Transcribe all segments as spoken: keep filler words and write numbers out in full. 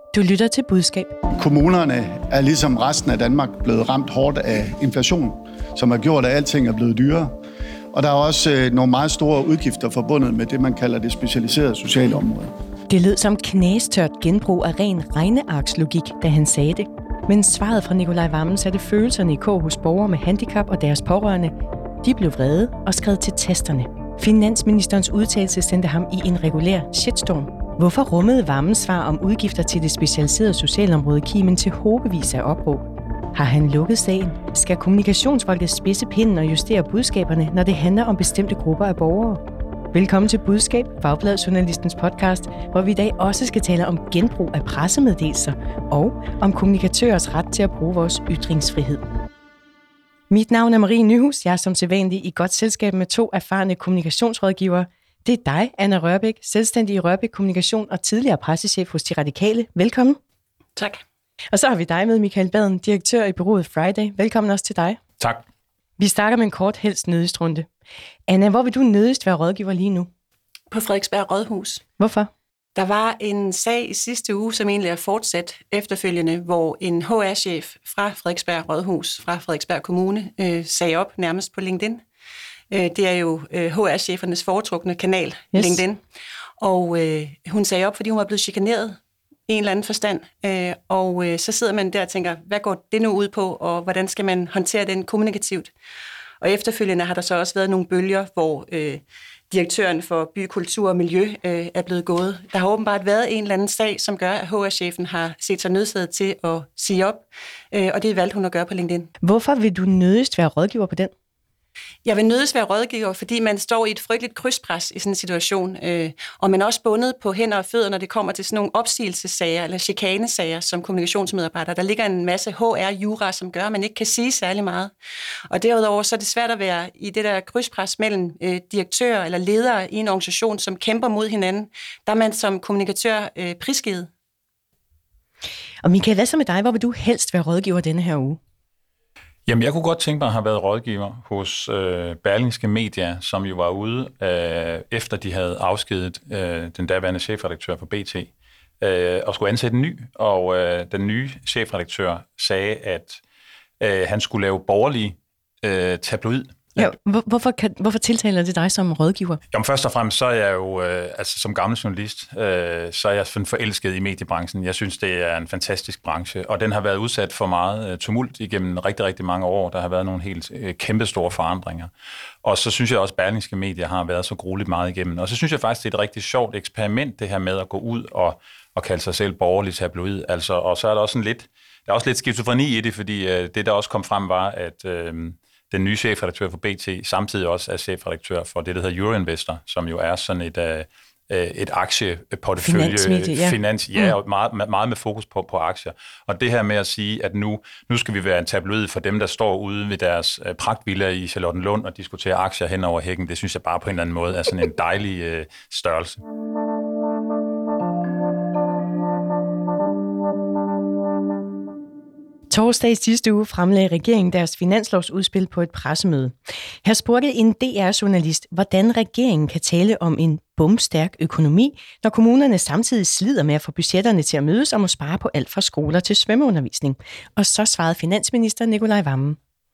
Du lytter til Budskab. Kommunerne er ligesom resten af Danmark blevet ramt hårdt af inflation, som har gjort, at alting er blevet dyrere. Og der er også nogle meget store udgifter forbundet med det, man kalder det specialiserede sociale område. Det lød som knæstørt genbrug af ren regnearkslogik, da han sagde det. Men svaret fra Nicolai Wammen satte følelserne i kog hos borgere med handicap og deres pårørende. De blev vrede og skred til tasterne. Finansministerens udtalelse sendte ham i en regulær shitstorm. Hvorfor rummede Wammens svar om udgifter til det specialiserede socialområde kimen til håbevis af opråb? Har han lukket sagen? Skal kommunikationsfolket spidse pinden og justere budskaberne, når det handler om bestemte grupper af borgere? Velkommen til Budskab, Fagbladet Journalistens podcast, hvor vi i dag også skal tale om genbrug af pressemeddelelser og om kommunikatørers ret til at bruge vores ytringsfrihed. Mit navn er Marie Nyhus. Jeg er som sædvanlig i godt selskab med to erfarne kommunikationsrådgivere. Det er dig, Anna Rørbæk, selvstændig i Rørbæk Kommunikation og tidligere pressechef hos De Radikale. Velkommen. Tak. Og så har vi dig med, Michael Baden, direktør i bureauet Friday. Velkommen også til dig. Tak. Vi starter med en kort helst nødigst runde. Anna, hvor vil du nødigst være rådgiver lige nu? På Frederiksberg Rådhus. Hvorfor? Der var en sag i sidste uge, som egentlig er fortsat efterfølgende, hvor en H R-chef fra Frederiksberg Rådhus, fra Frederiksberg Kommune, øh, sagde op nærmest på LinkedIn. Øh, det er jo øh, H R-chefernes foretrukne kanal, yes. LinkedIn. Og øh, hun sagde op, fordi hun var blevet chikaneret i en eller anden forstand. Øh, og øh, så sidder man der og tænker, hvad går det nu ud på, og hvordan skal man håndtere den kommunikativt? Og efterfølgende har der så også været nogle bølger, hvor øh, direktøren for by, kultur og miljø øh, er blevet gået. Der har åbenbart været en eller anden sag, som gør, at H R-chefen har set sig nødsaget til at sige op, øh, og det valgte hun at gøre på LinkedIn. Hvorfor vil du nødigst være rådgiver på den? Jeg vil nødigst være rådgiver, fordi man står i et frygteligt krydspres i sådan en situation, øh, og man er også bundet på hænder og fødder, når det kommer til sådan nogle opsigelsessager eller chikanesager som kommunikationsmedarbejder. Der ligger en masse H R-jura, som gør, at man ikke kan sige særlig meget. Og derudover så er det svært at være i det der krydspres mellem øh, direktører eller ledere i en organisation, som kæmper mod hinanden. Der er man som kommunikatør øh, prisgivet. Og Michael, hvad så med dig? Hvor vil du helst være rådgiver denne her uge? Jamen, jeg kunne godt tænke mig at have været rådgiver hos øh, Berlingske Media, som jo var ude, øh, efter de havde afskedet øh, den daværende chefredaktør for B T, øh, og skulle ansætte en ny. Og øh, den nye chefredaktør sagde, at øh, han skulle lave borgerlig øh, tabloid. Ja, hvorfor, kan, hvorfor tiltaler det dig som rådgiver? Jamen først og fremmest så er jeg jo, øh, altså som gammel journalist, øh, så er jeg forelsket i mediebranchen. Jeg synes, det er en fantastisk branche, og den har været udsat for meget øh, tumult igennem rigtig, rigtig mange år. Der har været nogle helt øh, kæmpestore forandringer. Og så synes jeg også, at Berlingske Media har været så grueligt meget igennem. Og så synes jeg faktisk, det er et rigtig sjovt eksperiment, det her med at gå ud og, og kalde sig selv borgerlig tabloid. Altså, og så er der også sådan lidt, der er også lidt skizofreni i det, fordi øh, det, der også kom frem, var, at Øh, den nye chefredaktør for B T samtidig også er chefredaktør for det, der hedder Euroinvestor, som jo er sådan et, uh, et aktieportefølje. Finansmedie, ja. Finans, ja, og meget, meget med fokus på, på aktier. Og det her med at sige, at nu, nu skal vi være en tabloid for dem, der står ude ved deres uh, pragtvilla i Charlottenlund og diskuterer aktier hen over hækken, det synes jeg bare på en eller anden måde er sådan en dejlig uh, størrelse. Torsdag i sidste uge fremlagde regeringen deres finanslovsudspil på et pressemøde. Her spurgte en D R-journalist, hvordan regeringen kan tale om en bomstærk økonomi, når kommunerne samtidig slider med at få budgetterne til at mødes og må spare på alt fra skoler til svømmeundervisning. Og så svarede finansminister Nicolai Wammen.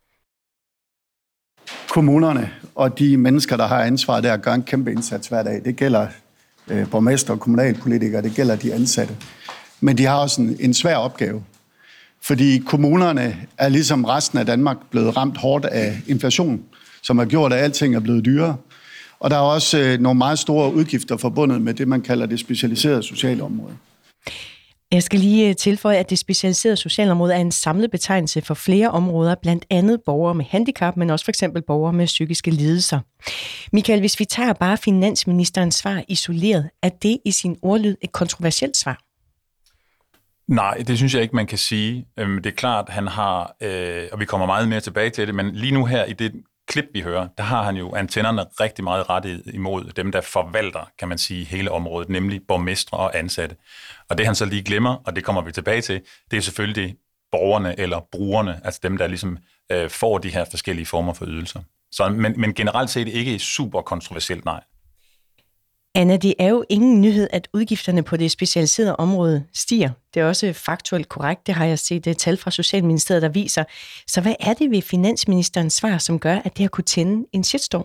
Kommunerne og de mennesker, der har ansvaret der, gør en kæmpe indsats hver dag. Det gælder øh, borgmester og kommunalpolitikere, det gælder de ansatte. Men de har også en, en svær opgave. Fordi kommunerne er ligesom resten af Danmark blevet ramt hårdt af inflation, som har gjort, at alting er blevet dyrere. Og der er også nogle meget store udgifter forbundet med det, man kalder det specialiserede sociale område. Jeg skal lige tilføje, at det specialiserede socialområde er en samlet betegnelse for flere områder, blandt andet borgere med handicap, men også for eksempel borgere med psykiske lidelser. Michael, hvis vi tager bare finansministerens svar isoleret, er det i sin ordlyd et kontroversielt svar? Nej, det synes jeg ikke, man kan sige. Det er klart, han har, øh, og vi kommer meget mere tilbage til det, men lige nu her i det klip, vi hører, der har han jo antennerne rigtig meget rettet imod dem, der forvalter, kan man sige, hele området, nemlig borgmestre og ansatte. Og det han så lige glemmer, og det kommer vi tilbage til, det er selvfølgelig borgerne eller brugerne, altså dem, der ligesom øh, får de her forskellige former for ydelser. Så, men, men generelt set ikke super kontroversielt, nej. Anna, det er jo ingen nyhed, at udgifterne på det specialiserede område stiger. Det er også faktuelt korrekt, det har jeg set et tal fra Socialministeriet, der viser. Så hvad er det ved finansministerens svar, som gør, at det har kunne tænde en shitstorm?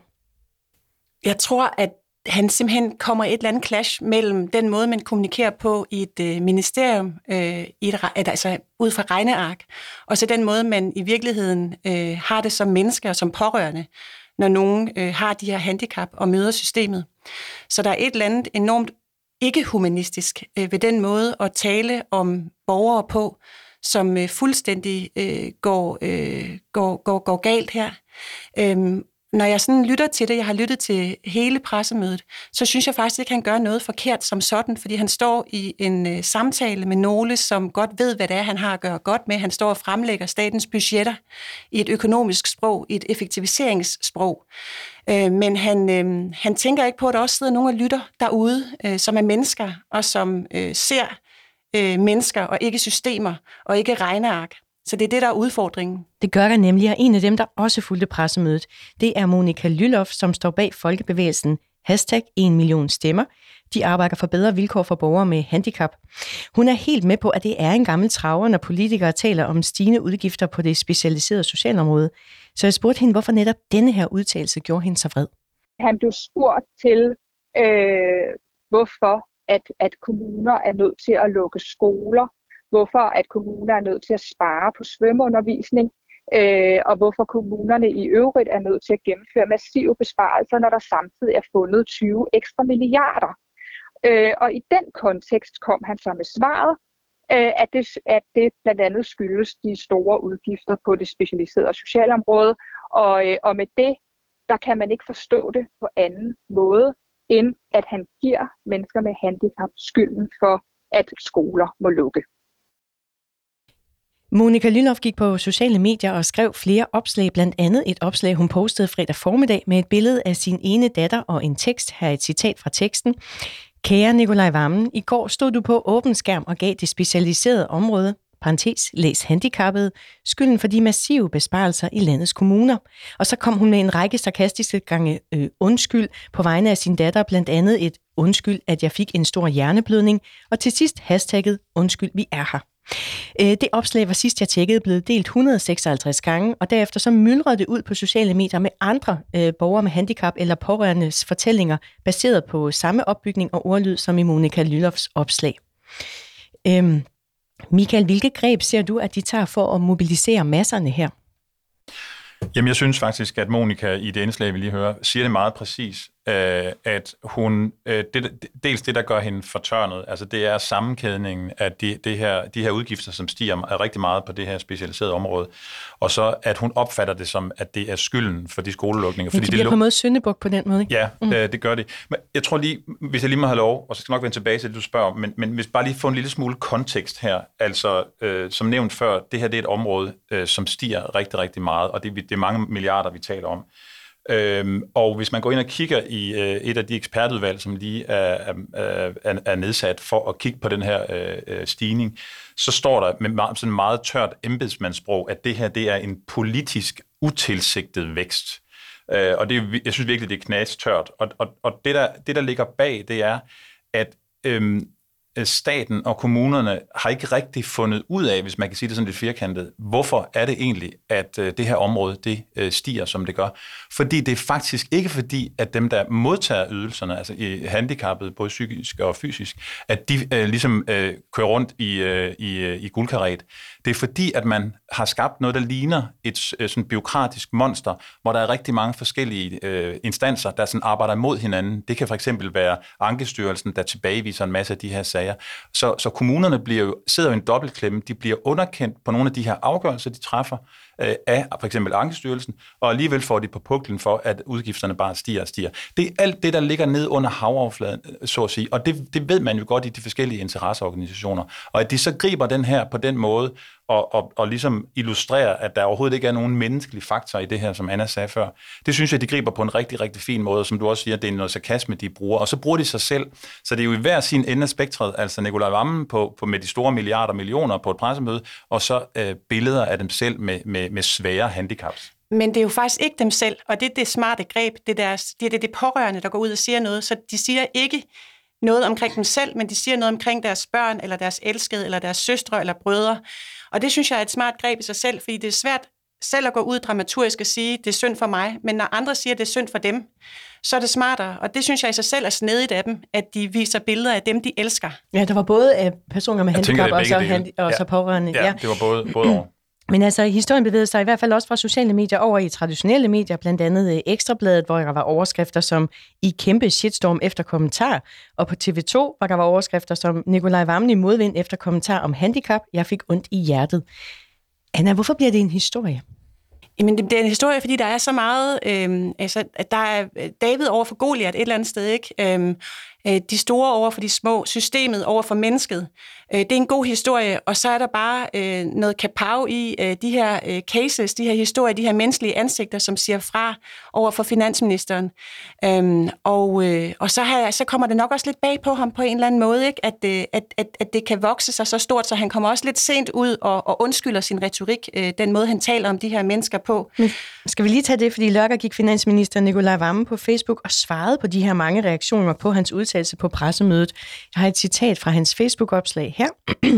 Jeg tror, at han simpelthen kommer et eller andet clash mellem den måde, man kommunikerer på i et øh, ministerium, øh, i et, altså ud fra regneark, og så den måde, man i virkeligheden øh, har det som mennesker og som pårørende, når nogen øh, har de her handicap og møder systemet. Så der er et eller andet enormt ikke-humanistisk øh, ved den måde at tale om borgere på, som øh, fuldstændig øh, går, øh, går, går, går galt her. Øhm, Når jeg sådan lytter til det, jeg har lyttet til hele pressemødet, så synes jeg faktisk ikke, at han gør noget forkert som sådan, fordi han står i en øh, samtale med nogle, som godt ved, hvad det er, han har at gøre godt med. Han står og fremlægger statens budgetter i et økonomisk sprog, i et effektiviseringssprog. Øh, men han, øh, han tænker ikke på, at der også sidder nogle og lytter derude, øh, som er mennesker, og som øh, ser øh, mennesker og ikke systemer og ikke regneark. Så det er det, der er udfordringen. Det gør der nemlig, og en af dem, der også fulgte pressemødet, det er Monica Lylloff, som står bag folkebevægelsen hashtag en million stemmer. De arbejder for bedre vilkår for borgere med handicap. Hun er helt med på, at det er en gammel traver, når politikere taler om stigende udgifter på det specialiserede socialområde. Så jeg spurgte hende, hvorfor netop denne her udtalelse gjorde hende så vred. Han blev spurgt til, øh, hvorfor at, at kommuner er nødt til at lukke skoler, hvorfor at kommuner er nødt til at spare på svømmeundervisning, øh, og hvorfor kommunerne i øvrigt er nødt til at gennemføre massive besparelser, når der samtidig er fundet tyve ekstra milliarder. Øh, og i den kontekst kom han så med svaret, øh, at, det, at det blandt andet skyldes de store udgifter på det specialiserede socialområde, og, øh, og med det, der kan man ikke forstå det på anden måde, end at han giver mennesker med handicap skylden for, at skoler må lukke. Monica Lylloff gik på sociale medier og skrev flere opslag, blandt andet et opslag, hun postede fredag formiddag med et billede af sin ene datter og en tekst. Her er et citat fra teksten. Kære Nicolai Wammen, i går stod du på åben skærm og gav det specialiserede område, parentes, læs handicappede, skylden for de massive besparelser i landets kommuner. Og så kom hun med en række sarkastiske gange øh, undskyld på vegne af sin datter, blandt andet et undskyld, at jeg fik en stor hjerneblødning, og til sidst hashtagget undskyld, vi er her. Det opslag var sidst jeg tjekkede blevet delt et hundrede og seksoghalvtreds gange, og derefter så myldrede det ud på sociale medier med andre øh, borgere med handicap eller pårørendes fortællinger, baseret på samme opbygning og ordlyd som i Monica Lylloffs opslag. Øhm, Michael, hvilke greb ser du, at de tager for at mobilisere masserne her? Jamen, jeg synes faktisk, at Monica i det indslag, vi lige hører, siger det meget præcis, at hun, det, dels det, der gør hende fortørnet, altså det er sammenkædningen af de, det her, de her udgifter, som stiger rigtig meget på det her specialiserede område, og så at hun opfatter det som, at det er skylden for de skolelukninger. Fordi de bliver det, på en måde syndebuk på den måde, ikke? Ja, mm. det gør det. Men jeg tror lige, hvis jeg lige må have lov, og så skal jeg nok vende tilbage til det, du spørger, men, men hvis bare lige få en lille smule kontekst her, altså øh, som nævnt før, det her det er et område, øh, som stiger rigtig, rigtig meget, og det, det er mange milliarder, vi taler om. Øhm, og hvis man går ind og kigger i øh, et af de ekspertudvalg, som lige er, er, er nedsat for at kigge på den her øh, stigning, så står der med meget, sådan meget tørt embedsmandssprog, at det her det er en politisk utilsigtet vækst. Øh, og det, jeg synes virkelig, det er knastørt. Og, og, og det, der, det, der ligger bag, det er, at øh, staten og kommunerne har ikke rigtig fundet ud af, hvis man kan sige det sådan lidt firkantet, hvorfor er det egentlig, at øh, det her område det øh, stiger, som det gør. Fordi det er faktisk ikke fordi, at dem, der modtager ydelserne, altså i handicappede, både psykisk og fysisk, at de øh, ligesom øh, kører rundt i, øh, i, øh, i guldkaret. Det er fordi, at man har skabt noget, der ligner et øh, sådan bureaukratisk monster, hvor der er rigtig mange forskellige øh, instanser, der sådan arbejder mod hinanden. Det kan for eksempel være Ankestyrelsen, der tilbageviser en masse af de her sager. Så, så kommunerne bliver jo, sidder jo i en dobbeltklemme. De bliver underkendt på nogle af de her afgørelser, de træffer øh, af for eksempel Ankestyrelsen, og alligevel får de på puklen for, at udgifterne bare stiger og stiger. Det er alt det, der ligger ned under havoverfladen, så at sige, og det, det ved man jo godt i de forskellige interesseorganisationer. Og at de så griber den her på den måde, og, og, og ligesom illustrerer, at der overhovedet ikke er nogen menneskelig faktor i det her, som Anna sagde før. Det synes jeg, de griber på en rigtig, rigtig fin måde, som du også siger, det er noget sarkasme, de bruger, og så bruger de sig selv. Så det er jo i hver sin ende af spektret, altså Nicolai Wammen på, på med de store milliarder millioner på et pressemøde, og så øh, billeder af dem selv med, med, med svære handicaps. men det er jo faktisk ikke dem selv, og det er det smarte greb, det er deres, det er det, det pårørende, der går ud og siger noget, så de siger ikke noget omkring dem selv, men de siger noget omkring deres børn, eller deres elskede, eller deres søstre, eller brødre. Og det synes jeg er et smart greb i sig selv, fordi det er svært selv at gå ud dramaturgisk og sige, det er synd for mig, men når andre siger, det er synd for dem, så er det smartere. Og det synes jeg i sig selv er snedigt af dem, at de viser billeder af dem, de elsker. Ja, der var både af personer med handicap og så, handi- og ja. så pårørende. Ja, ja, det var både, både over. Men altså, historien bevægede sig i hvert fald også fra sociale medier over i traditionelle medier, blandt andet Ekstrabladet, hvor der var overskrifter som i kæmpe shitstorm efter kommentar, og på T V to, hvor der var overskrifter som Nikolaj Wammen i modvind efter kommentar om handicap. Jeg fik ondt i hjertet. Anna, hvorfor bliver det en historie? Jamen, det er en historie, fordi der er så meget... Øh, altså, der er David over for Goliat et eller andet sted, ikke? Øh, de store over for de små, systemet over for mennesket. Det er en god historie, og så er der bare øh, noget kapav i øh, de her øh, cases, de her historier, de her menneskelige ansigter, som siger fra over for finansministeren. Øhm, og øh, og så, har, så kommer det nok også lidt bag på ham på en eller anden måde, ikke? At, øh, at, at, at det kan vokse sig så stort, så han kommer også lidt sent ud og, og undskylder sin retorik, øh, den måde, han taler om de her mennesker på. Men skal vi lige tage det, fordi lørdag gik finansminister Nikolaj Wammen på Facebook og svarede på de her mange reaktioner på hans udtalelse på pressemødet. Jeg har et citat fra hans Facebook-opslag her.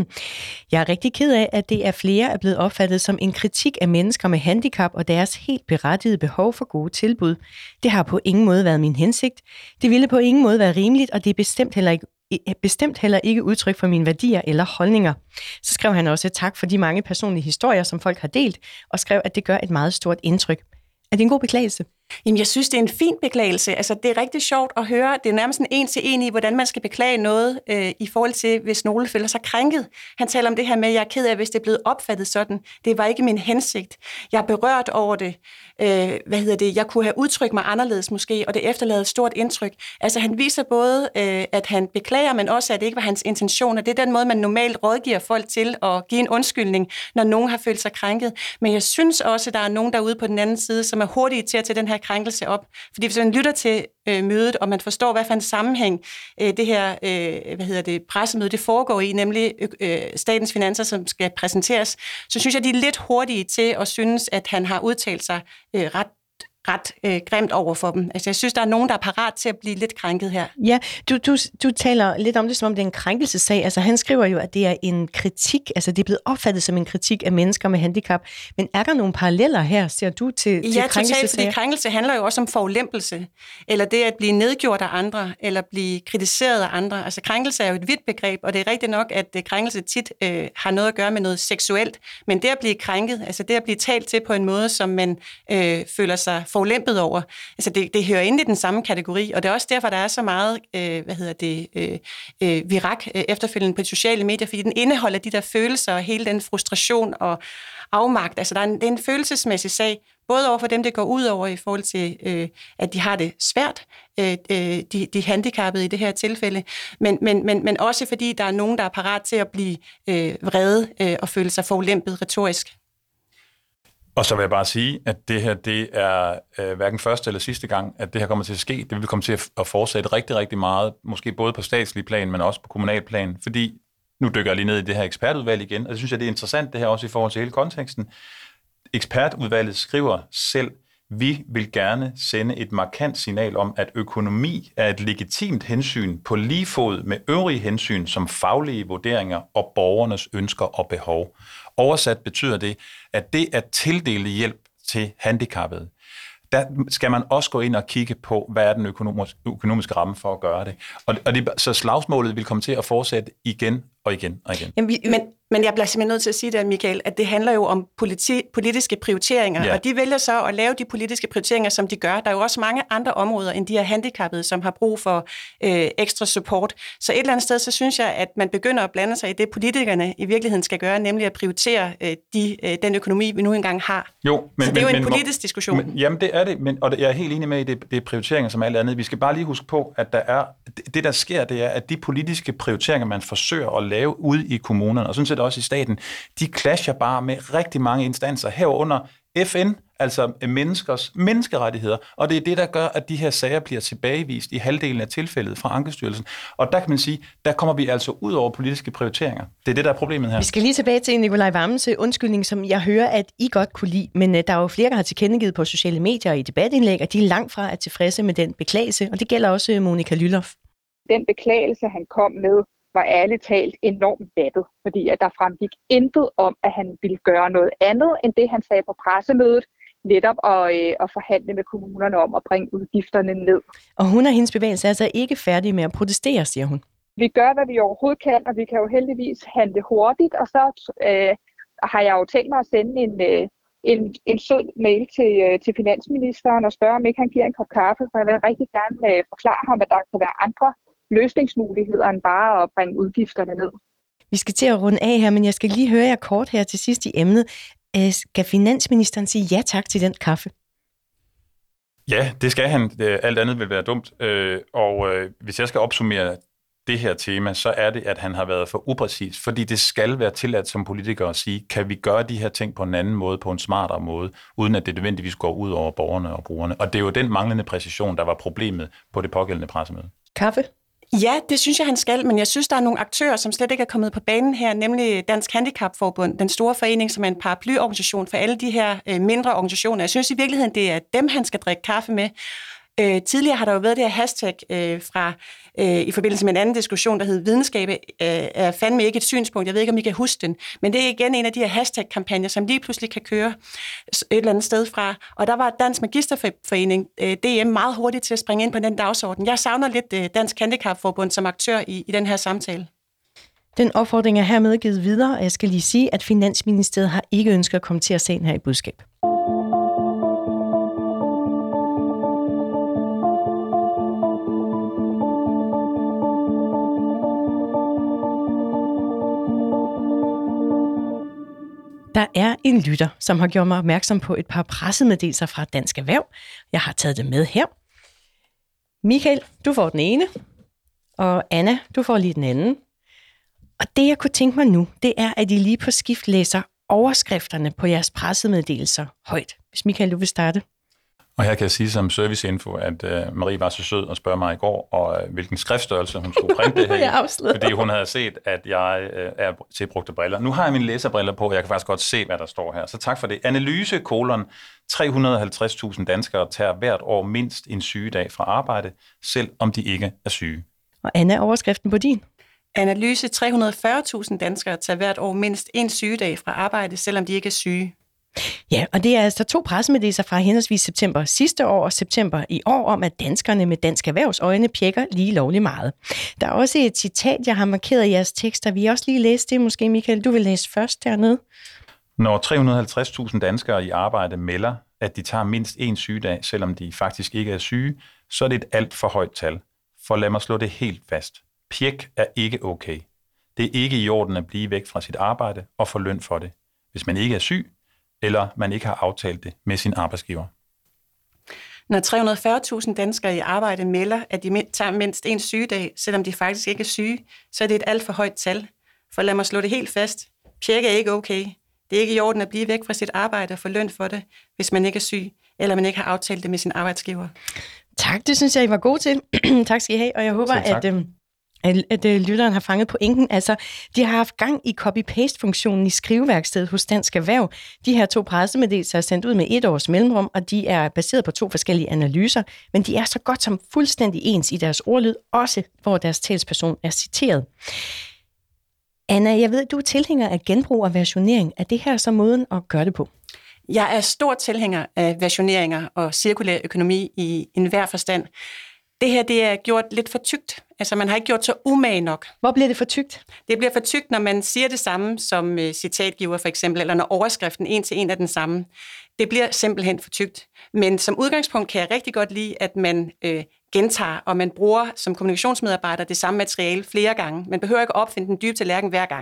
Jeg er rigtig ked af, at det er flere er blevet opfattet som en kritik af mennesker med handicap og deres helt berettigede behov for gode tilbud. Det har på ingen måde været min hensigt. Det ville på ingen måde være rimeligt, og det er bestemt heller ikke bestemt heller ikke udtryk for mine værdier eller holdninger. Så skrev han også tak for de mange personlige historier, som folk har delt, og skrev, at det gør et meget stort indtryk. Er det en god beklagelse? Jamen, jeg synes, det er en fin beklagelse. Altså, det er rigtig sjovt at høre. Det er nærmest en en til en i, hvordan man skal beklage noget øh, i forhold til, hvis nogen føler sig krænket. Han taler om det her med, at jeg er ked af, hvis det er blevet opfattet sådan. Det var ikke min hensigt. Jeg er berørt over det. Øh, hvad hedder det? Jeg kunne have udtrykt mig anderledes måske, og det efterlader et stort indtryk. Altså, han viser både, øh, at han beklager, men også, at det ikke var hans intention. Og det er den måde, man normalt rådgiver folk til at give en undskyldning, når nogen har følt sig krænket. Men jeg synes også, at der er nogen derude på den anden side, som er hurtige til at tage den her krænkelse op. Fordi hvis man lytter til øh, mødet, og man forstår, hvad for en sammenhæng øh, det her øh, hvad hedder det, pressemøde det foregår i, nemlig øh, statens finanser, som skal præsenteres, så synes jeg, de er lidt hurtige til at synes, at han har udtalt sig øh, ret ret øh, grimt over for dem. Altså, jeg synes, der er nogen, der er parat til at blive lidt krænket her. Ja, du, du, du taler lidt om det, som om det er en krænkelsessag. Altså, han skriver jo, at det er en kritik, altså det er blevet opfattet som en kritik af mennesker med handicap. Men er der nogle paralleller her, ser du, til, til ja, krænkelsessager? Ja, totalt, fordi krænkelse handler jo også om forulempelse, eller det at blive nedgjort af andre, eller blive kritiseret af andre. Altså, krænkelse er jo et vidt begreb, og det er rigtigt nok, at krænkelse tit øh, har noget at gøre med noget seksuelt, men det at blive krænket, altså det at blive talt til på en måde, som man øh, føler sig forulæmpet over. Altså det, det hører ind i den samme kategori, og det er også derfor, der er så meget, øh, hvad hedder det, øh, øh, virak øh, efterfølgende på de sociale medier, fordi den indeholder de der følelser og hele den frustration og afmagt. Altså der er en, det er en følelsesmæssig sag, både over for dem, det går ud over i forhold til, øh, at de har det svært, øh, de, de handicappede i det her tilfælde, men, men, men, men også fordi der er nogen, der er parat til at blive øh, vrede øh, og føle sig forulæmpet retorisk. Og så vil jeg bare sige, at det her, det er øh, hverken første eller sidste gang, at det her kommer til at ske. Det vil komme til at fortsætte rigtig, rigtig meget, måske både på statslig plan, men også på kommunal plan, fordi nu dykker jeg lige ned i det her ekspertudvalg igen, og det synes jeg, det er interessant, det her også i forhold til hele konteksten. Ekspertudvalget skriver selv, vi vil gerne sende et markant signal om, at økonomi er et legitimt hensyn på lige fod med øvrige hensyn som faglige vurderinger og borgernes ønsker og behov. Oversat betyder det, at det at tildele hjælp til handicappede, der skal man også gå ind og kigge på, hvad er den økonomiske, økonomiske ramme for at gøre det. Og, og det, så slagsmålet vil komme til at fortsætte igen og igen og igen. Jamen, vi, men, men jeg bliver simpelthen nødt til at sige det, Michael, at det handler jo om politi, politiske prioriteringer, ja. Og de vælger så at lave de politiske prioriteringer, som de gør. Der er jo også mange andre områder end de her handicappede, som har brug for øh, ekstra support. Så et eller andet sted, så synes jeg, at man begynder at blande sig i det, politikerne i virkeligheden skal gøre, nemlig at prioritere øh, de, øh, den økonomi, vi nu engang har. Jo, men, så det er men, jo en men, politisk diskussion. Men, jamen, det er det, men, og jeg er helt enig med i det, det er prioriteringer som alt andet. Vi skal bare lige huske på, at der er, det, der sker, det er, at de politiske prioriteringer, man forsøger at lave ude i kommunerne, og sådan set også i staten, de clasher bare med rigtig mange instanser, herunder F N, altså menneskers menneskerettigheder, og det er det, der gør, at de her sager bliver tilbagevist i halvdelen af tilfældet fra Ankestyrelsen. Og der kan man sige, der kommer vi altså ud over politiske prioriteringer. Det er det, der er problemet her. Vi skal lige tilbage til Nikolaj Wammens undskyldning, som jeg hører, at I godt kunne lide, men der er jo flere, der har tilkendegivet på sociale medier og i debatindlæg, og de er langt fra at tilfredse med den beklagelse, og det gælder også Monika Lylloff. Den beklagelse, han kom med, var ærligt talt enormt vattet, fordi at der fremgik intet om, at han ville gøre noget andet, end det, han sagde på pressemødet, netop at, øh, at forhandle med kommunerne om at bringe udgifterne ned. Og hun og hendes bevægelse er altså ikke færdige med at protestere, siger hun. Vi gør, hvad vi overhovedet kan, og vi kan jo heldigvis handle hurtigt, og så øh, har jeg jo tænkt mig at sende en, øh, en, en sød mail til, øh, til finansministeren og spørge, om ikke han giver en kop kaffe, for jeg vil rigtig gerne øh, forklare ham, at der kan være andre løsningsmuligheder end bare at bringe udgifterne ned. Vi skal til at runde af her, men jeg skal lige høre jer kort her til sidst i emnet. Skal finansministeren sige ja tak til den kaffe? Ja, det skal han. Alt andet vil være dumt. Og hvis jeg skal opsummere det her tema, så er det, at han har været for upræcis, fordi det skal være tilladt som politiker at sige, kan vi gøre de her ting på en anden måde, på en smartere måde, uden at det nødvendigvis går ud over borgerne og brugerne. Og det er jo den manglende præcision, der var problemet på det pågældende pressemøde. Kaffe? Ja, det synes jeg, han skal, men jeg synes, der er nogle aktører, som slet ikke er kommet på banen her, nemlig Dansk Handicapforbund, den store forening, som er en paraplyorganisation for alle de her øh, mindre organisationer. Jeg synes i virkeligheden, det er dem, han skal drikke kaffe med. Øh, tidligere har der jo været det her hashtag øh, fra, øh, i forbindelse med en anden diskussion, der hed videnskab øh, er fandme ikke et synspunkt. Jeg ved ikke, om I kan huske den. Men det er igen en af de her hashtag-kampagner, som lige pludselig kan køre et eller andet sted fra. Og der var Dansk Magisterforening, øh, D M, meget hurtigt til at springe ind på den dagsorden. Jeg savner lidt øh, Dansk Handicapforbund som aktør i, i den her samtale. Den opfordring er hermed givet videre, og jeg skal lige sige, at Finansministeriet har ikke ønsket at kommentere sagen her i budskab. Der er en lytter, som har gjort mig opmærksom på et par pressemeddelelser fra Dansk Erhverv. Jeg har taget det med her. Michael, du får den ene, og Anna, du får lige den anden. Og det, jeg kunne tænke mig nu, det er, at I lige på skift læser overskrifterne på jeres pressemeddelelser højt. Hvis Michael, du vil starte. Og her kan jeg sige som serviceinfo, at uh, Marie var så sød at spørge mig i går, og uh, hvilken skriftstørrelse hun skulle printe det her i, fordi hun havde set, at jeg uh, er til brugte briller. Nu har jeg mine læserbriller på, og jeg kan faktisk godt se, hvad der står her. Så tak for det. Analyse, kolon, tre hundrede og halvtreds tusind danskere tager hvert år mindst en sygedag fra arbejde, selv om de ikke er syge. Og Anna, overskriften på din? Analyse, tre hundrede og fyrre tusind danskere tager hvert år mindst en sygedag fra arbejde, selvom de ikke er syge. Ja, og det er altså to pressemeddelelser fra henholdsvis september sidste år og september i år om, at danskerne med Dansk Erhvervs øjne pjekker lige lovligt meget. Der er også et citat, jeg har markeret i jeres tekster. Vi også lige læse det måske, Michael. Du vil læse først dernede. Når tre hundrede og halvtreds tusind danskere i arbejde melder, at de tager mindst en sygedag, selvom de faktisk ikke er syge, så er det et alt for højt tal. For lad mig slå det helt fast. Pjek er ikke okay. Det er ikke i orden at blive væk fra sit arbejde og få løn for det, hvis man ikke er syg, eller man ikke har aftalt det med sin arbejdsgiver. Når tre hundrede og fyrre tusind danskere i arbejde melder, at de tager mindst en sygedag, selvom de faktisk ikke er syge, så er det et alt for højt tal. For lad mig slå det helt fast. Pjek er ikke okay. Det er ikke i orden at blive væk fra sit arbejde og få løn for det, hvis man ikke er syg, eller man ikke har aftalt det med sin arbejdsgiver. Tak, det synes jeg, I var gode til. Tak skal I have, og jeg håber, at... Øh... at, at lytteren har fanget pointen. Altså, de har haft gang i copy-paste-funktionen i skriveværkstedet hos Dansk Erhverv. De her to pressemeddelelser er sendt ud med et års mellemrum, og de er baseret på to forskellige analyser, men de er så godt som fuldstændig ens i deres ordlyd, også hvor deres talsperson er citeret. Anna, jeg ved, du er tilhænger af genbrug og versionering. Er det her så måden at gøre det på? Jeg er stor tilhænger af versioneringer og cirkulær økonomi i enhver forstand. Det her, det er gjort lidt for tykt. Altså, man har ikke gjort så umage nok. Hvor bliver det for tykt? Det bliver for tykt, når man siger det samme som uh, citatgiver, for eksempel, eller når overskriften en til en er den samme. Det bliver simpelthen for tykt. Men som udgangspunkt kan jeg rigtig godt lide, at man øh, gentager, og man bruger som kommunikationsmedarbejder det samme materiale flere gange. Man behøver ikke opfinde den dybe tallerken hver gang.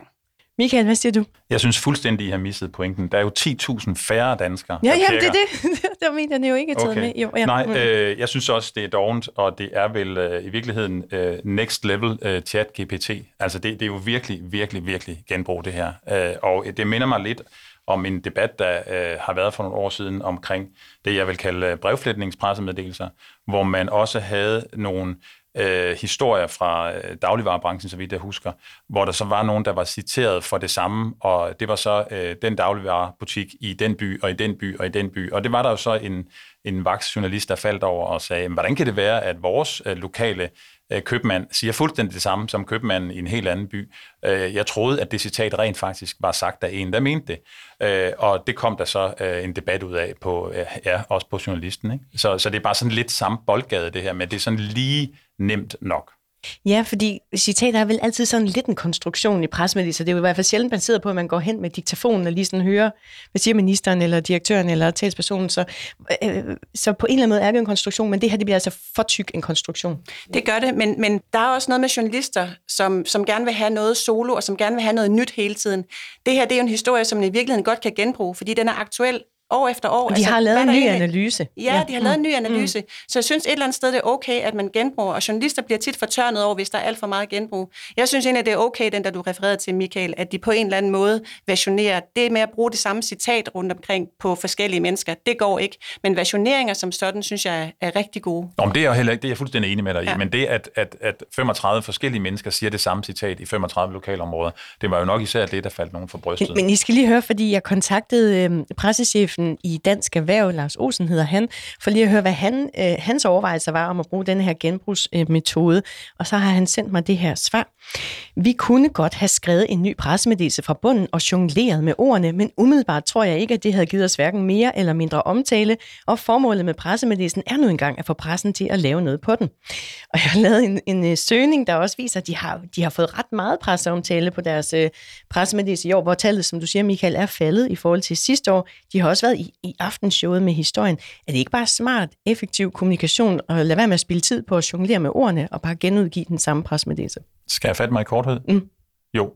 Michael, hvad siger du? Jeg synes fuldstændig, I har misset pointen. Der er jo ti tusind færre danskere, Ja, der jamen, tjekker. det er det. Der er medierne jo ikke taget Okay. med. Jo, ja. Nej, øh, jeg synes også, det er dovent, og det er vel øh, i virkeligheden øh, next level øh, chat G P T. Altså, det, det er jo virkelig, virkelig, virkelig genbrug, det her. Øh, og det minder mig lidt om en debat, der øh, har været for nogle år siden omkring det, jeg vil kalde brevflætningspressemeddelelser, hvor man også havde nogle øh, historier fra øh, dagligvarebranchen, så vidt jeg husker, hvor der så var nogen, der var citeret for det samme, og det var så øh, den dagligvarebutik i den by, og i den by, og i den by. Og det var der jo så en, en vaks-journalist, der faldt over og sagde, hvordan kan det være, at vores øh, lokale øh, købmand siger fuldstændig det samme som købmanden i en helt anden by? Øh, jeg troede, at det citat rent faktisk var sagt af en, der mente det. Øh, og det kom der så øh, en debat ud af, på, øh, ja, også på journalisten. Ikke? Så, så det er bare sådan lidt samme boldgade, det her, men det er sådan lige nemt nok. Ja, fordi citater er vel altid sådan lidt en konstruktion i pressemeddelelser. Det er jo i hvert fald sjældent baseret på, at man går hen med diktafonen og lige sådan hører, hvad siger ministeren, eller direktøren, eller talspersonen. Så, øh, så på en eller anden måde er det en konstruktion, men det her det bliver altså for tyk en konstruktion. Det gør det, men, men der er også noget med journalister, som, som gerne vil have noget solo, og som gerne vil have noget nyt hele tiden. Det her det er jo en historie, som man i virkeligheden godt kan genbruge, fordi den er aktuel år efter år. Og de altså, har lavet en ny analyse. Ja, ja, de har lavet en ny analyse. Mm. Så jeg synes et eller andet sted, det er okay, at man genbruger, og journalister bliver tit fortørnet over, hvis der er alt for meget genbrug. Jeg synes egentlig, det er okay, den der du refererede til, Michael, at de på en eller anden måde versionerer. Det med at bruge det samme citat rundt omkring på forskellige mennesker, det går ikke. Men versioneringer som sådan, synes jeg er, er rigtig gode. Nå, men det er jeg heller ikke, det er jeg fuldstændig enig med dig i. Ja. Men det, at, at, at femogtredive forskellige mennesker siger det samme citat i femogtredive lokalområder, det var jo nok især det, der faldt nogen for brystet. Men, men I skal lige høre, fordi jeg kontaktede øh, pressechefen i Dansk Erhverv, Lars Olsen hedder han, for lige at høre, hvad han, øh, hans overvejelser var om at bruge denne her genbrugsmetode. Øh, og så har han sendt mig det her svar. Vi kunne godt have skrevet en ny pressemeddelelse fra bunden og jongleret med ordene, men umiddelbart tror jeg ikke, at det havde givet os hverken mere eller mindre omtale, og formålet med pressemeddelelsen er nu engang at få pressen til at lave noget på den. Og jeg har lavet en, en søgning, der også viser, at de har, de har fået ret meget presseomtale på deres øh, pressemeddelelse i år, hvor tallet, som du siger, Michael, er faldet i forhold til sidste år. De har også været i, i aftenshowet med historien. Er det ikke bare smart, effektiv kommunikation og lade være med at spille tid på at jonglere med ordene og bare genudgive den samme pressemeddelelse? Skal jeg fatte mig i korthed? Mm. Jo.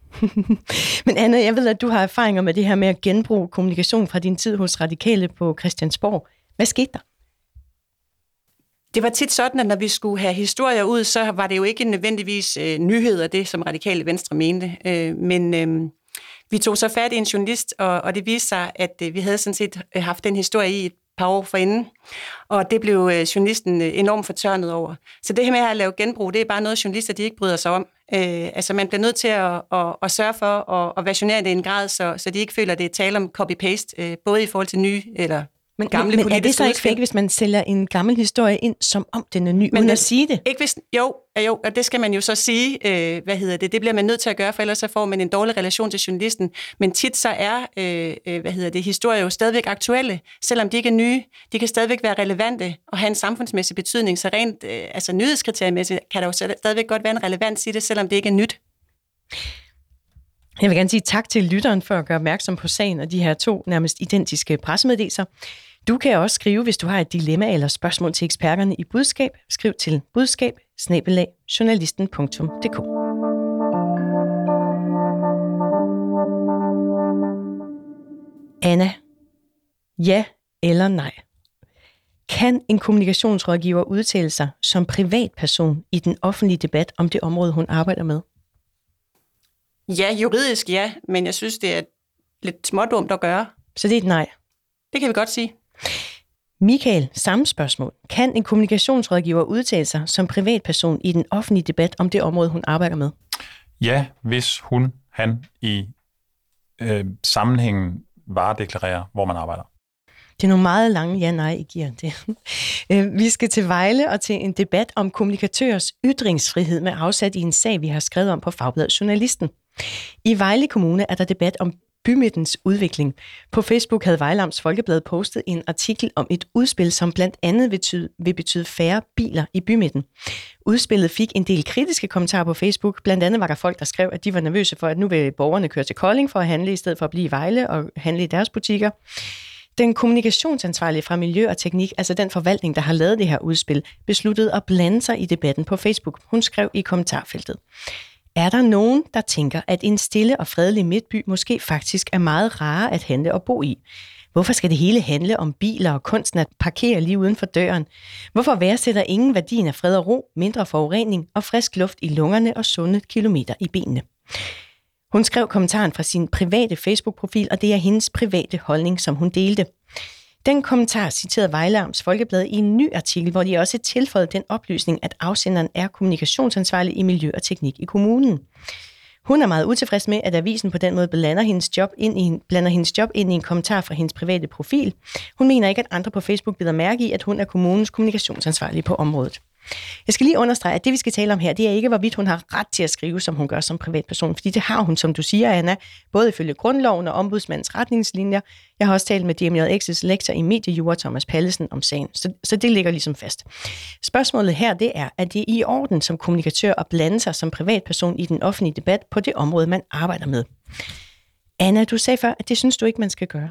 Men Anne, jeg ved, at du har erfaringer med det her med at genbruge kommunikation fra din tid hos Radikale på Christiansborg. Hvad skete der? Det var tit sådan, at når vi skulle have historier ud, så var det jo ikke nødvendigvis øh, nyheder, det som Radikale Venstre mente. Øh, men øh, vi tog så fat i en journalist, og, og det viste sig, at øh, vi havde sådan set haft den historie i et par år forinden. Og det blev øh, journalisten øh, enormt fortørnet over. Så det her med at lave genbrug, det er bare noget, journalister de ikke bryder sig om. Øh, altså man bliver nødt til at, at, at sørge for at, at versionere det i en grad, så, så de ikke føler, at det er tale om copy-paste, øh, både i forhold til nye eller Men, gamle men er det så ikke udspil. fake, hvis man sælger en gammel historie ind, som om den er ny, Men uden den- at sige det? Ikke hvis, jo, jo, og det skal man jo så sige, øh, hvad hedder det, det bliver man nødt til at gøre, for ellers så får man en dårlig relation til journalisten. Men tit så er, øh, øh, hvad hedder det, historier jo stadigvæk aktuelle, selvom de ikke er nye. De kan stadigvæk være relevante og have en samfundsmæssig betydning, så rent, øh, altså nyhedskriteriemæssigt kan der jo stadigvæk godt være en relevans i det, selvom det ikke er nyt. Jeg vil gerne sige tak til lytteren for at gøre opmærksom på sagen og de her to nærmest identiske pressemeddelelser. Du kan også skrive, hvis du har et dilemma eller spørgsmål til eksperterne i Budskab. Skriv til budskab bindestreg journalisten punktum d k. Anna, ja eller nej? Kan en kommunikationsrådgiver udtale sig som privatperson i den offentlige debat om det område, hun arbejder med? Ja, juridisk ja, men jeg synes, det er lidt smådumt at gøre. Så det er et nej. Det kan vi godt sige. Michael, samme spørgsmål. Kan en kommunikationsrådgiver udtale sig som privatperson i den offentlige debat om det område, hun arbejder med? Ja, hvis hun, han i øh, sammenhængen varedeklarerer, hvor man arbejder. Det er nogle meget lange ja-nej, I giver det. Øh, Vi skal til Vejle og til en debat om kommunikatørers ytringsfrihed med afsat i en sag, vi har skrevet om på Fagbladet Journalisten. I Vejle Kommune er der debat om bymidtens udvikling. På Facebook havde Vejle Amts Folkeblad postet en artikel om et udspil, som blandt andet vil betyde, vil betyde færre biler i bymidten. Udspillet fik en del kritiske kommentarer på Facebook. Blandt andet var der folk, der skrev, at de var nervøse for, at nu vil borgerne køre til Kolding for at handle, i stedet for at blive i Vejle og handle i deres butikker. Den kommunikationsansvarlige fra Miljø og Teknik, altså den forvaltning, der har lavet det her udspil, besluttede at blande sig i debatten på Facebook. Hun skrev i kommentarfeltet: Er der nogen, der tænker, at en stille og fredelig midtby måske faktisk er meget rarere at handle og bo i? Hvorfor skal det hele handle om biler og kunsten at parkere lige uden for døren? Hvorfor værdsætter ingen værdien af fred og ro, mindre forurening og frisk luft i lungerne og sunde kilometer i benene? Hun skrev kommentaren fra sin private Facebook-profil, og det er hendes private holdning, som hun delte. Den kommentar citerede Vejle Amts Folkeblad i en ny artikel, hvor de også tilføjede den oplysning, at afsenderen er kommunikationsansvarlig i miljø og teknik i kommunen. Hun er meget utilfreds med, at avisen på den måde blander hendes job ind i, blander hendes job ind i en kommentar fra hendes private profil. Hun mener ikke, at andre på Facebook bider mærke i, at hun er kommunens kommunikationsansvarlige på området. Jeg skal lige understrege, at det, vi skal tale om her, det er ikke, hvorvidt hun har ret til at skrive, som hun gør som privatperson, fordi det har hun, som du siger, Anna, både ifølge grundloven og ombudsmandens retningslinjer. Jeg har også talt med D M J X's lektor i mediejura, Thomas Pallesen, om sagen, så, så det ligger ligesom fast. Spørgsmålet her, det er, at det er i orden som kommunikatør at blande sig som privatperson i den offentlige debat på det område, man arbejder med. Anna, du sagde før, at det synes du ikke, man skal gøre.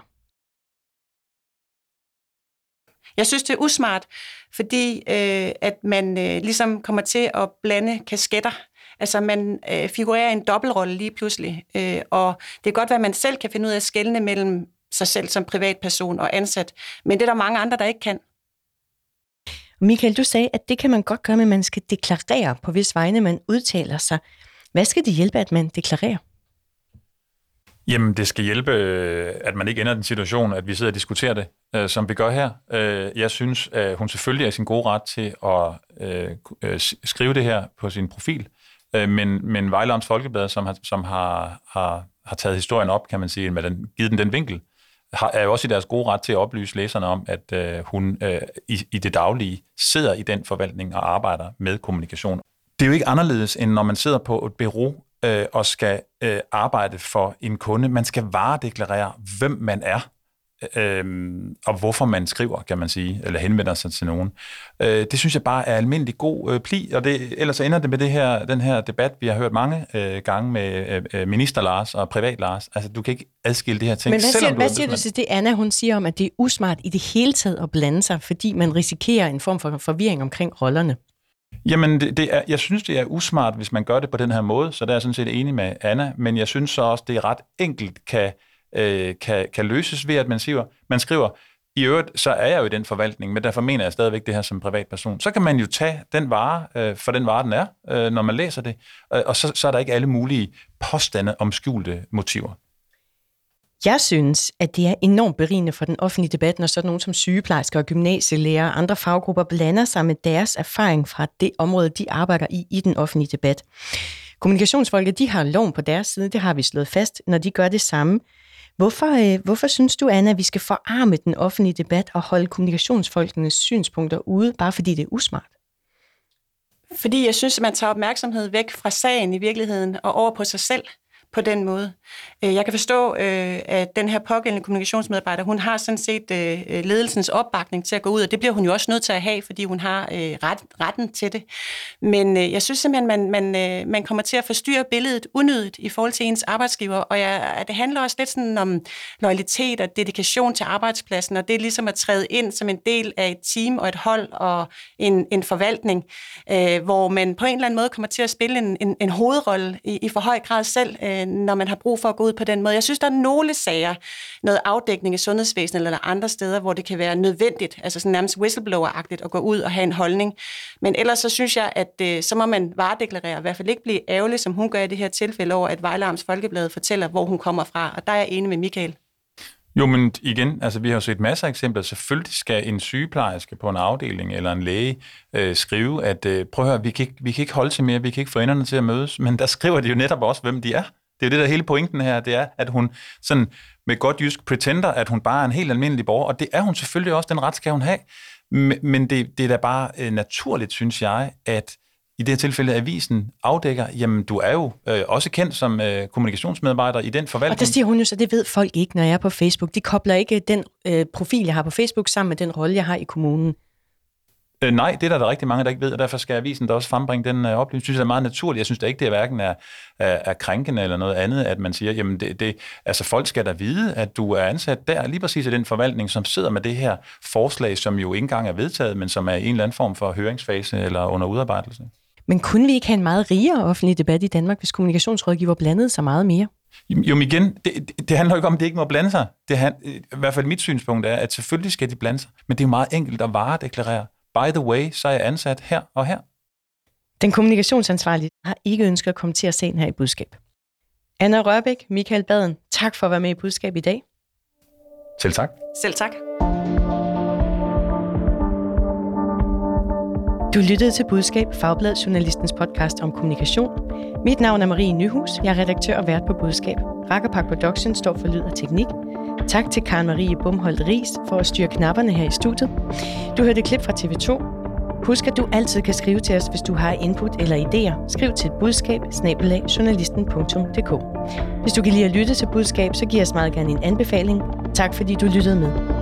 Jeg synes, det er usmart, fordi øh, at man øh, ligesom kommer til at blande kasketter. Altså man øh, figurerer en dobbeltrolle lige pludselig, øh, og det er godt, at man selv kan finde ud af at skelne mellem sig selv som privatperson og ansat, men det er der mange andre, der ikke kan. Michael, du sagde, at det kan man godt gøre, men man skal deklarere på hvis vegne man udtaler sig. Hvad skal det hjælpe, at man deklarerer? Jamen, det skal hjælpe, at man ikke ender i den situation, at vi sidder og diskuterer det, øh, som vi gør her. Øh, jeg synes, at hun selvfølgelig er sin gode ret til at øh, skrive det her på sin profil, øh, men, men Vejle Amts Folkeblad, som, har, som har, har, har taget historien op, kan man sige, med den, givet den den vinkel, har, er jo også i deres gode ret til at oplyse læserne om, at øh, hun øh, i, i det daglige sidder i den forvaltning og arbejder med kommunikation. Det er jo ikke anderledes, end når man sidder på et bureau øh, og skal øh, arbejde for en kunde. Man skal varedeklarere, hvem man er, øh, og hvorfor man skriver, kan man sige, eller henvender sig til nogen. Øh, det synes jeg bare er almindelig god øh, pli, og det, ellers ender det med det her, den her debat, vi har hørt mange øh, gange med øh, minister Lars og privat Lars. Altså, du kan ikke adskille det her ting. Men hvad siger, du, hvad siger du til det, Anna, hun siger om, at det er usmart i det hele taget at blande sig, fordi man risikerer en form for forvirring omkring rollerne? Jamen, det, det er, jeg synes, det er usmart, hvis man gør det på den her måde, så der er jeg sådan set enig med Anna, men jeg synes så også, det er ret enkelt kan, øh, kan, kan løses ved, at man skriver, man skriver, i øvrigt, så er jeg jo i den forvaltning, men derfor mener jeg stadigvæk det her som privatperson. Så kan man jo tage den vare, øh, for den vare, den er, øh, når man læser det, øh, og så, så er der ikke alle mulige påstande om skjulte motiver. Jeg synes, at det er enormt berigende for den offentlige debat, når sådan nogen som sygeplejersker og gymnasielærer og andre faggrupper blander sig med deres erfaring fra det område, de arbejder i i den offentlige debat. Kommunikationsfolket, de har loven på deres side, det har vi slået fast, når de gør det samme. Hvorfor, øh, hvorfor synes du, Anna, at vi skal forarme den offentlige debat og holde kommunikationsfolkenes synspunkter ude, bare fordi det er usmart? Fordi jeg synes, at man tager opmærksomhed væk fra sagen i virkeligheden og over på sig selv på den måde. Jeg kan forstå, at den her pågældende kommunikationsmedarbejder, hun har sådan set ledelsens opbakning til at gå ud, og det bliver hun jo også nødt til at have, fordi hun har ret, retten til det. Men jeg synes simpelthen, man, man, man kommer til at forstyrre billedet unødigt i forhold til ens arbejdsgiver, og jeg, det handler også lidt sådan om loyalitet og dedikation til arbejdspladsen, og det er ligesom at træde ind som en del af et team og et hold og en, en forvaltning, hvor man på en eller anden måde kommer til at spille en, en, en hovedrolle i, i for høj grad selv, når man har brug for at gå ud på den måde. Jeg synes, der er nogle sager, noget afdækning i sundhedsvæsenet eller andre steder, hvor det kan være nødvendigt, altså sådan nærmest whistleblower-agtigt at gå ud og have en holdning. Men ellers så synes jeg, at øh, så må man varedeklarere, i hvert fald ikke blive ærgerlig, som hun gør i det her tilfælde over, at Vejle Amts Folkeblad fortæller, hvor hun kommer fra. Og der er jeg enig med Michael. Jo, men igen, altså vi har jo set masser af eksempler. Selvfølgelig skal en sygeplejerske på en afdeling eller en læge øh, skrive, at øh, prøv at høre, vi kan, ikke, vi kan ikke holde til mere, vi kan ikke få enderne til at mødes, men der skriver de jo netop også, hvem de er. Det er jo det, der hele pointen her, det er, at hun sådan med godt jysk pretender, at hun bare er en helt almindelig borger, og det er hun selvfølgelig også, den ret skal hun have. Men det, det er da bare øh, naturligt, synes jeg, at i det her tilfælde avisen afdækker, jamen du er jo øh, også kendt som øh, kommunikationsmedarbejder i den forvaltning. Og der siger hun jo så, det ved folk ikke, når jeg er på Facebook. De kobler ikke den øh, profil, jeg har på Facebook, sammen med den rolle, jeg har i kommunen. Øh, nej, det er der, der er rigtig mange, der ikke ved, og derfor skal avisen da også frembringe den øh, oplysning. Jeg synes, det er meget naturligt. Jeg synes da ikke, det er hverken er, er, er krænkende eller noget andet, at man siger, jamen det, det, altså folk skal da vide, at du er ansat der, lige præcis i den forvaltning, som sidder med det her forslag, som jo ikke engang er vedtaget, men som er i en eller anden form for høringsfase eller under udarbejdelse. Men kunne vi ikke have en meget rigere offentlig debat i Danmark, hvis kommunikationsrådgiver blandede sig meget mere? Jo, men igen, det, det handler jo ikke om, at det ikke må blande sig. Det hand, I hvert fald mit synspunkt er, at selvfølgelig skal de blande sig, men det er meget enkelt at varedeklarere. By the way, så er jeg ansat her og her. Den kommunikationsansvarlige har ikke ønsket at kommentere sagen her i Budskab. Anna Rørbæk, Michael Baden, tak for at være med i Budskab i dag. Selv tak. Selv tak. Du lyttede til Budskab, Fagbladet Journalistens podcast om kommunikation. Mit navn er Marie Nyhus. Jeg er redaktør og vært på Budskab. Rakkerpak Production står for lyd og teknik. Tak til Karen Marie Bumholdt Riis for at styre knapperne her i studiet. Du hørte et klip fra T V to. Husk, at du altid kan skrive til os, hvis du har input eller idéer. Skriv til budskab bindestreg journalisten punktum d k. Hvis du kan lide at lytte til Budskab, så giv os meget gerne en anbefaling. Tak fordi du lyttede med.